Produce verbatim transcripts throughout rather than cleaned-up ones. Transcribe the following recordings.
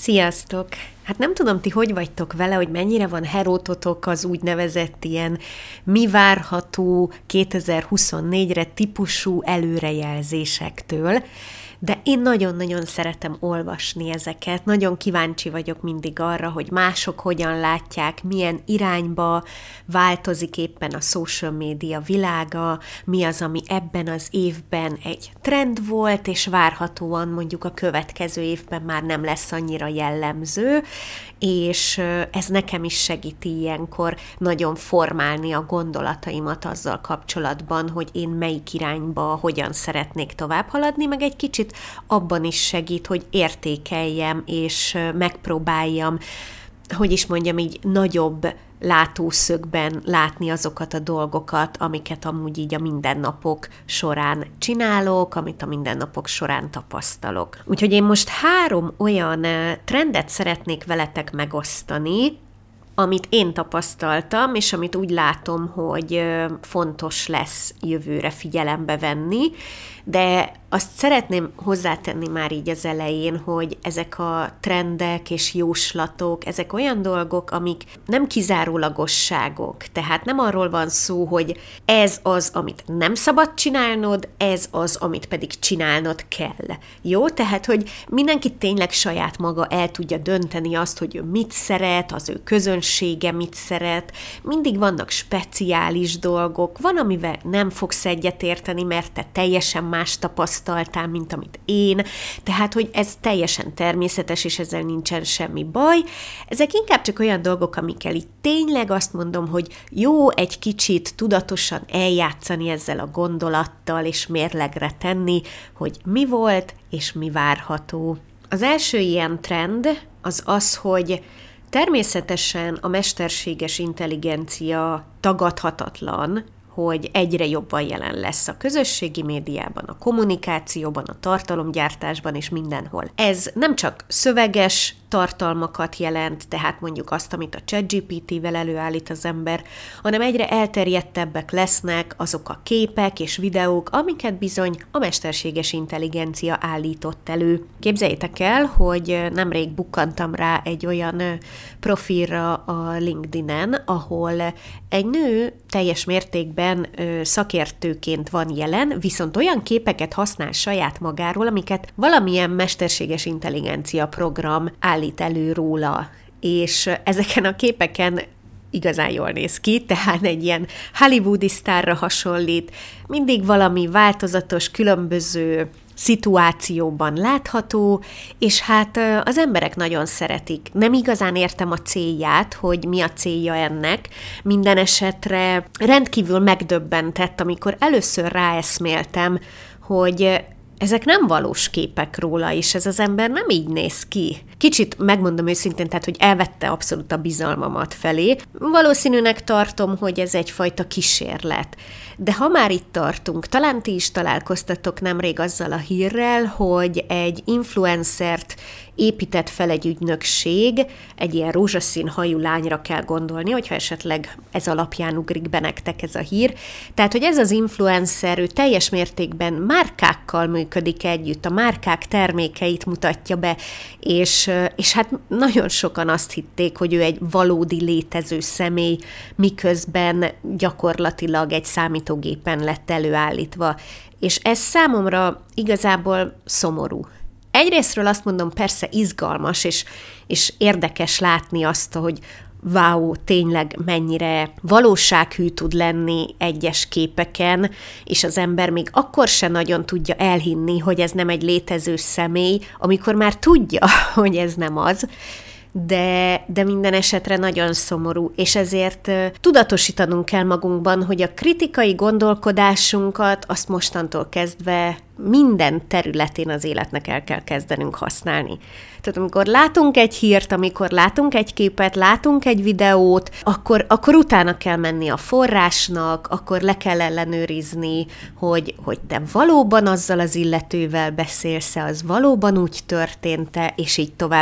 Sziasztok! Hát nem tudom, ti hogy vagytok vele, hogy mennyire van herótotok az úgynevezett ilyen mi várható kétezer-huszonnégyre típusú előrejelzésektől, de én nagyon-nagyon szeretem olvasni ezeket, nagyon kíváncsi vagyok mindig arra, hogy mások hogyan látják, milyen irányba változik éppen a social media világa, mi az, ami ebben az évben egy trend volt, és várhatóan mondjuk a következő évben már nem lesz annyira jellemző, és ez nekem is segíti ilyenkor nagyon formálni a gondolataimat azzal kapcsolatban, hogy én melyik irányba, hogyan szeretnék tovább haladni, meg egy kicsit abban is segít, hogy értékeljem és megpróbáljam, hogy is mondjam így, nagyobb látószögben látni azokat a dolgokat, amiket amúgy így a mindennapok során csinálok, amit a mindennapok során tapasztalok. Úgyhogy én most három olyan trendet szeretnék veletek megosztani, amit én tapasztaltam, és amit úgy látom, hogy fontos lesz jövőre figyelembe venni, de azt szeretném hozzátenni már így az elején, hogy ezek a trendek és jóslatok, ezek olyan dolgok, amik nem kizárólagosságok, tehát nem arról van szó, hogy ez az, amit nem szabad csinálnod, ez az, amit pedig csinálnod kell. Jó? Tehát, hogy mindenki tényleg saját maga el tudja dönteni azt, hogy ő mit szeret, az ő közönsége mit szeret, mindig vannak speciális dolgok, van, amivel nem fogsz egyetérteni, mert te teljesen más tapasztaltál, mint amit én, tehát, hogy ez teljesen természetes, és ezzel nincsen semmi baj. Ezek inkább csak olyan dolgok, amikkel itt tényleg azt mondom, hogy jó egy kicsit tudatosan eljátszani ezzel a gondolattal, és mérlegre tenni, hogy mi volt, és mi várható. Az első ilyen trend az az, hogy természetesen a mesterséges intelligencia tagadhatatlan, hogy egyre jobban jelen lesz a közösségi médiában, a kommunikációban, a tartalomgyártásban és mindenhol. Ez nem csak szöveges tartalmakat jelent, tehát mondjuk azt, amit a ChatGPT-vel előállít az ember, hanem egyre elterjedtebbek lesznek azok a képek és videók, amiket bizony a mesterséges intelligencia állított elő. Képzeljétek el, hogy nemrég bukkantam rá egy olyan profilra a LinkedIn-en, ahol egy nő teljes mértékben szakértőként van jelen, viszont olyan képeket használ saját magáról, amiket valamilyen mesterséges intelligencia program állít elő róla, és ezeken a képeken igazán jól néz ki, tehát egy ilyen hollywoodi sztárra hasonlít, mindig valami változatos, különböző szituációban látható, és hát az emberek nagyon szeretik. Nem igazán értem a célját, hogy mi a célja ennek. Minden esetre rendkívül megdöbbentett, amikor először ráeszméltem, hogy ezek nem valós képek róla, és ez az ember nem így néz ki. Kicsit megmondom őszintén, tehát, hogy elvette abszolút a bizalmamat felé. Valószínűnek tartom, hogy ez egyfajta kísérlet. De ha már itt tartunk, talán ti is találkoztatok nemrég azzal a hírrel, hogy egy influencert épített fel egy ügynökség, egy ilyen rózsaszín hajú lányra kell gondolni, hogyha esetleg ez alapján ugrik be nektek ez a hír. Tehát, hogy ez az influencer, ő teljes mértékben márkákkal működik együtt, a márkák termékeit mutatja be, és, és hát nagyon sokan azt hitték, hogy ő egy valódi létező személy, miközben gyakorlatilag egy számítógépen lett előállítva. És ez számomra igazából szomorú. Egyrésztről azt mondom, persze izgalmas, és, és érdekes látni azt, hogy wow, tényleg mennyire valósághű tud lenni egyes képeken, és az ember még akkor se nagyon tudja elhinni, hogy ez nem egy létező személy, amikor már tudja, hogy ez nem az, de, de minden esetre nagyon szomorú, és ezért uh, tudatosítanunk kell magunkban, hogy a kritikai gondolkodásunkat azt mostantól kezdve minden területén az életnek el kell kezdenünk használni. Tehát amikor látunk egy hírt, amikor látunk egy képet, látunk egy videót, akkor, akkor utána kell menni a forrásnak, akkor le kell ellenőrizni, hogy, hogy te valóban azzal az illetővel beszélsz, az valóban úgy történt-e, és így tovább.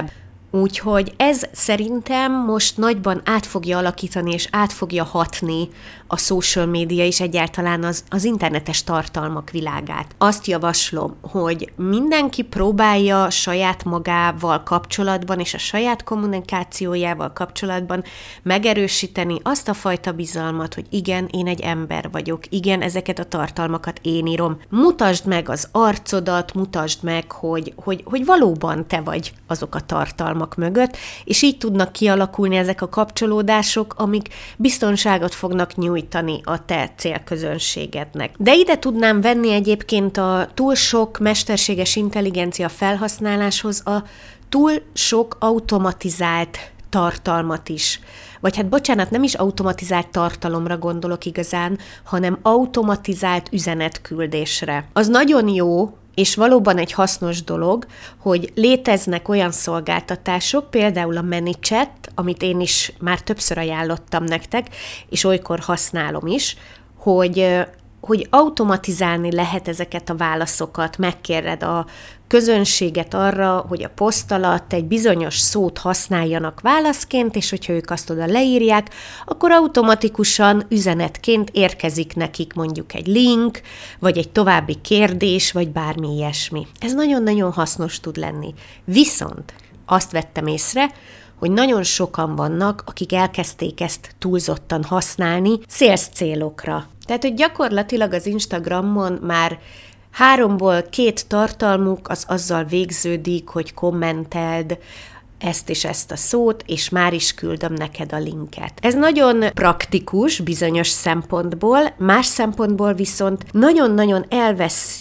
Úgyhogy ez szerintem most nagyban át fogja alakítani és át fogja hatni a social média és egyáltalán az, az internetes tartalmak világát. Azt javaslom, hogy mindenki próbálja saját magával kapcsolatban és a saját kommunikációjával kapcsolatban megerősíteni azt a fajta bizalmat, hogy igen, én egy ember vagyok, igen, ezeket a tartalmakat én írom. Mutasd meg az arcodat, mutasd meg, hogy, hogy, hogy valóban te vagy azok a tartalmak mögött, és így tudnak kialakulni ezek a kapcsolódások, amik biztonságot fognak nyújtani a te célközönségednek. De ide tudnám venni egyébként a túl sok mesterséges intelligencia felhasználáshoz a túl sok automatizált tartalmat is. Vagy hát bocsánat, nem is automatizált tartalomra gondolok igazán, hanem automatizált üzenetküldésre. Az nagyon jó, és valóban egy hasznos dolog, hogy léteznek olyan szolgáltatások, például a ManyChat, amit én is már többször ajánlottam nektek, és olykor használom is, hogy, hogy automatizálni lehet ezeket a válaszokat, megkéred a közönséget arra, hogy a poszt alatt egy bizonyos szót használjanak válaszként, és hogyha ők azt oda leírják, akkor automatikusan üzenetként érkezik nekik mondjuk egy link, vagy egy további kérdés, vagy bármi ilyesmi. Ez nagyon-nagyon hasznos tud lenni. Viszont azt vettem észre, hogy nagyon sokan vannak, akik elkezdték ezt túlzottan használni sales célokra. Tehát, hogy gyakorlatilag az Instagramon már háromból két tartalmuk az azzal végződik, hogy kommenteld ezt és ezt a szót, és már is küldöm neked a linket. Ez nagyon praktikus bizonyos szempontból, más szempontból viszont nagyon-nagyon elvesz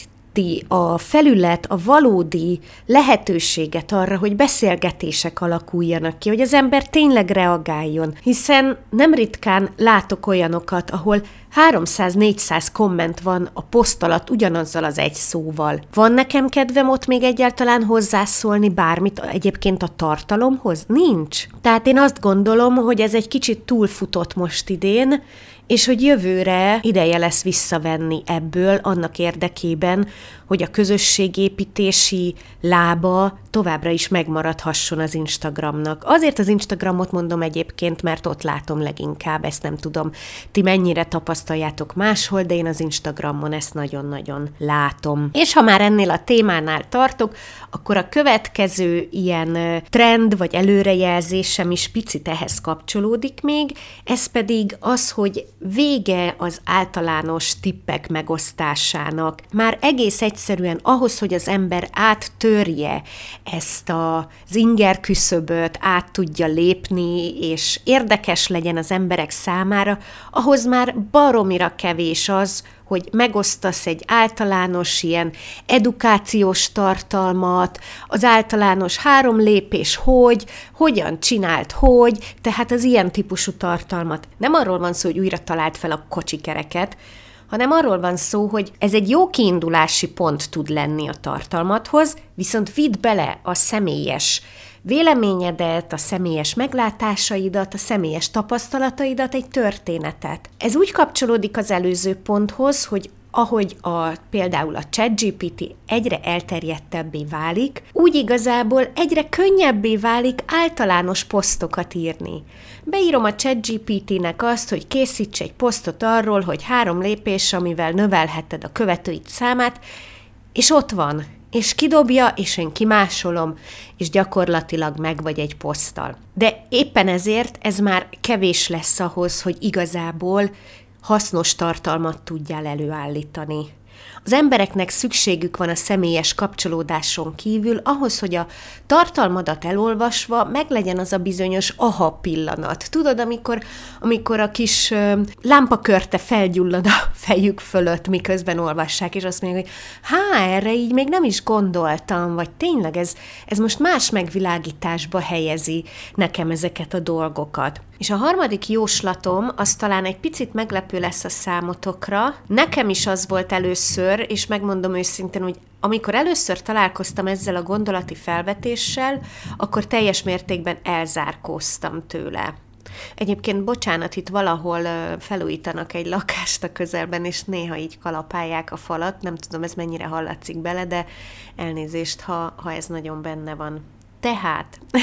a felület, a valódi lehetőséget arra, hogy beszélgetések alakuljanak ki, hogy az ember tényleg reagáljon. Hiszen nem ritkán látok olyanokat, ahol háromszáz-négyszáz komment van a poszt alatt ugyanazzal az egy szóval. Van nekem kedvem ott még egyáltalán hozzászólni bármit egyébként a tartalomhoz? Nincs. Tehát én azt gondolom, hogy ez egy kicsit túlfutott most idén, és hogy jövőre ideje lesz visszavenni ebből annak érdekében, hogy a közösségépítési lába továbbra is megmaradhasson az Instagramnak. Azért az Instagramot mondom egyébként, mert ott látom leginkább, ezt nem tudom, ti mennyire tapasztaljátok máshol, de én az Instagramon ezt nagyon-nagyon látom. És ha már ennél a témánál tartok, akkor a következő ilyen trend vagy előrejelzésem is picit ehhez kapcsolódik még, ez pedig az, hogy vége az általános tippek megosztásának. Már egész egyszerűen ahhoz, hogy az ember áttörje ezt az inger küszöböt, át tudja lépni, és érdekes legyen az emberek számára, ahhoz már baromira kevés az, hogy megosztasz egy általános ilyen edukációs tartalmat, az általános három lépés hogy, hogyan csinált hogy, tehát az ilyen típusú tartalmat. Nem arról van szó, hogy újra talált fel a kocsikereket, hanem arról van szó, hogy ez egy jó kiindulási pont tud lenni a tartalmadhoz, viszont vidd bele a személyes véleményedet, a személyes meglátásaidat, a személyes tapasztalataidat, egy történetet. Ez úgy kapcsolódik az előző ponthoz, hogy ahogy a, például a ChatGPT egyre elterjedtebbé válik, úgy igazából egyre könnyebbé válik általános posztokat írni. Beírom a ChatGPT-nek azt, hogy készíts egy posztot arról, hogy három lépés, amivel növelheted a követőid számát, és ott van. És kidobja, és én kimásolom, és gyakorlatilag meg vagy egy poszttal. De éppen ezért ez már kevés lesz ahhoz, hogy igazából hasznos tartalmat tudjál előállítani. Az embereknek szükségük van a személyes kapcsolódáson kívül ahhoz, hogy a tartalmadat elolvasva meglegyen az a bizonyos aha pillanat. Tudod, amikor, amikor a kis ö, lámpakörte felgyullad a fejük fölött, miközben olvassák, és azt mondják, hogy há, erre így még nem is gondoltam, vagy tényleg ez, ez most más megvilágításba helyezi nekem ezeket a dolgokat. És a harmadik jóslatom, az talán egy picit meglepő lesz a számotokra. Nekem is az volt először, és megmondom őszintén, hogy amikor először találkoztam ezzel a gondolati felvetéssel, akkor teljes mértékben elzárkóztam tőle. Egyébként, bocsánat, itt valahol felújítanak egy lakást a közelben, és néha így kalapálják a falat, nem tudom, ez mennyire hallatszik bele, de elnézést, ha, ha ez nagyon benne van. Tehát...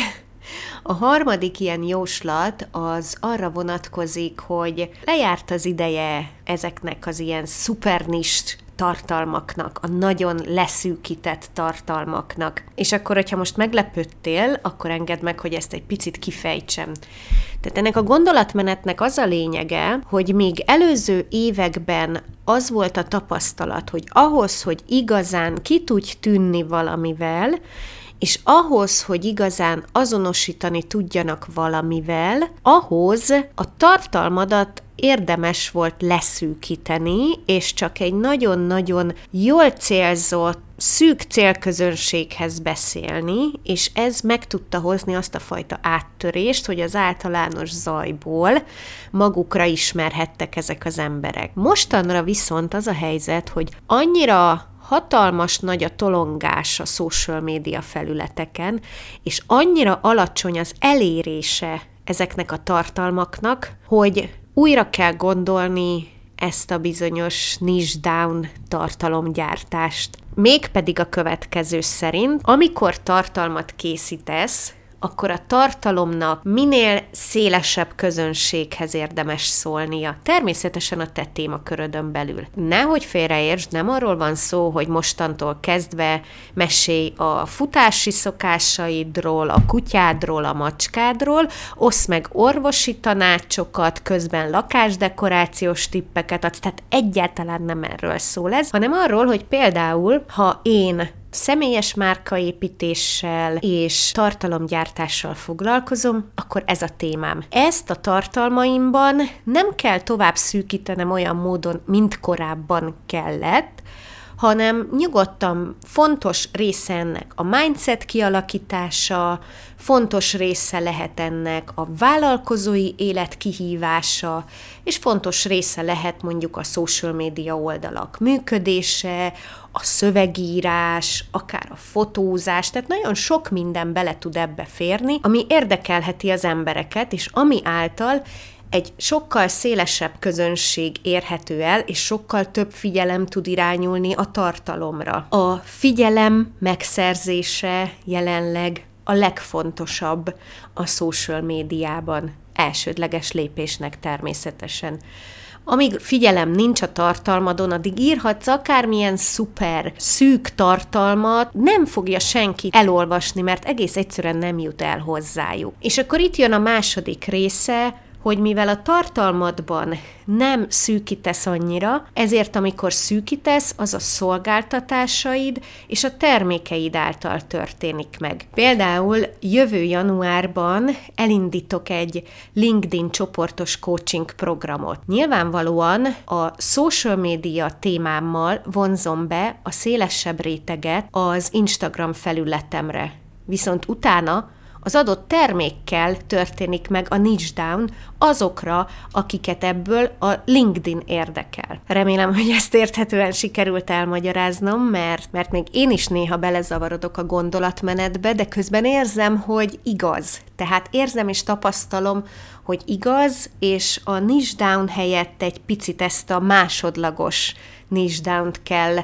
A harmadik ilyen jóslat az arra vonatkozik, hogy lejárt az ideje ezeknek az ilyen szupernist tartalmaknak, a nagyon leszűkített tartalmaknak. És akkor, hogyha most meglepődtél, akkor engedd meg, hogy ezt egy picit kifejtsem. Tehát ennek a gondolatmenetnek az a lényege, hogy még előző években az volt a tapasztalat, hogy ahhoz, hogy igazán ki tudj tűnni valamivel, és ahhoz, hogy igazán azonosítani tudjanak valamivel, ahhoz a tartalmadat érdemes volt leszűkíteni, és csak egy nagyon-nagyon jól célzott, szűk célközönséghez beszélni, és ez meg tudta hozni azt a fajta áttörést, hogy az általános zajból magukra ismerhettek ezek az emberek. Mostanra viszont az a helyzet, hogy annyira hatalmas nagy a tolongás a social média felületeken, és annyira alacsony az elérése ezeknek a tartalmaknak, hogy újra kell gondolni ezt a bizonyos niche down tartalomgyártást. Mégpedig a következő szerint, amikor tartalmat készítesz, akkor a tartalomnak minél szélesebb közönséghez érdemes szólnia. Természetesen a te témakörödön belül. Nehogy félreértsd, nem arról van szó, hogy mostantól kezdve mesélj a futási szokásaidról, a kutyádról, a macskádról, oszd meg orvosi tanácsokat, közben lakásdekorációs tippeket adsz, tehát egyáltalán nem erről szól ez, hanem arról, hogy például, ha én személyes márkaépítéssel és tartalomgyártással foglalkozom, akkor ez a témám. Ezt a tartalmaimban nem kell tovább szűkítenem olyan módon, mint korábban kellett, hanem nyugodtan fontos része ennek a mindset kialakítása, fontos része lehet ennek a vállalkozói élet kihívása, és fontos része lehet mondjuk a social media oldalak működése, a szövegírás, akár a fotózás, tehát nagyon sok minden bele tud ebbe férni, ami érdekelheti az embereket, és ami által egy sokkal szélesebb közönség érhető el, és sokkal több figyelem tud irányulni a tartalomra. A figyelem megszerzése jelenleg a legfontosabb a social médiában, elsődleges lépésnek természetesen. Amíg figyelem nincs a tartalmadon, addig írhatsz akármilyen szuper, szűk tartalmat, nem fogja senki elolvasni, mert egész egyszerűen nem jut el hozzájuk. És akkor itt jön a második része, hogy mivel a tartalmadban nem szűkítesz annyira, ezért amikor szűkítesz, az a szolgáltatásaid és a termékeid által történik meg. Például jövő januárban elindítok egy LinkedIn csoportos coaching programot. Nyilvánvalóan a social media témámmal vonzom be a szélesebb réteget az Instagram felületemre. Viszont utána az adott termékkel történik meg a niche down azokra, akiket ebből a LinkedIn érdekel. Remélem, hogy ezt érthetően sikerült elmagyaráznom, mert, mert még én is néha belezavarodok a gondolatmenetbe, de közben érzem, hogy igaz. Tehát érzem és tapasztalom, hogy igaz, és a niche down helyett egy picit ezt a másodlagos niche down-t kell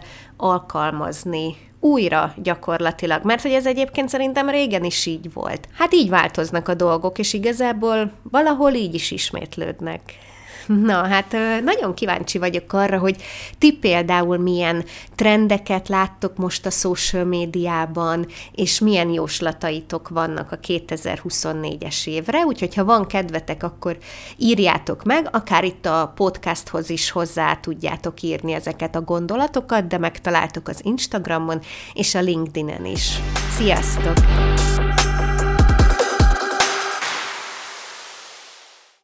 alkalmazni újra gyakorlatilag, mert hogy ez egyébként szerintem régen is így volt. Hát így változnak a dolgok, és igazából valahol így is ismétlődnek. Na, hát nagyon kíváncsi vagyok arra, hogy ti például milyen trendeket láttok most a social médiában, és milyen jóslataitok vannak a kétezer-huszonnégyes évre, úgyhogy ha van kedvetek, akkor írjátok meg, akár itt a podcasthoz is hozzá tudjátok írni ezeket a gondolatokat, de megtaláltok az Instagramon és a LinkedInen is. Sziasztok!